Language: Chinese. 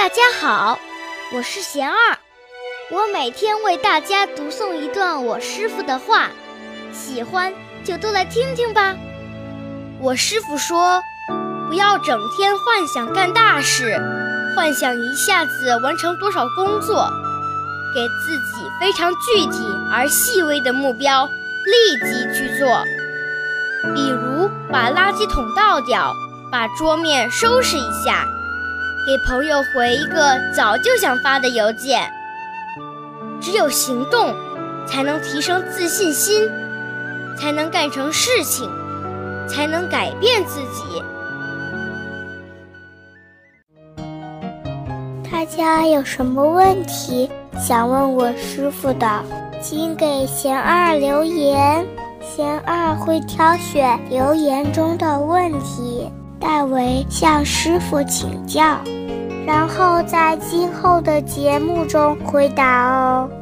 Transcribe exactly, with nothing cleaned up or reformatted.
大家好，我是贤二，我每天为大家读诵一段我师父的话，喜欢就都来听听吧。我师父说，不要整天幻想干大事，幻想一下子完成多少工作，给自己非常具体而细微的目标，立即去做。比如把垃圾桶倒掉，把桌面收拾一下，给朋友回一个早就想发的邮件。只有行动，才能提升自信心，才能干成事情，才能改变自己。 大家有什么问题想问我师父的，请给贤二留言，贤二会挑选留言中的问题，代为向师父请教，然后在今后的节目中回答哦。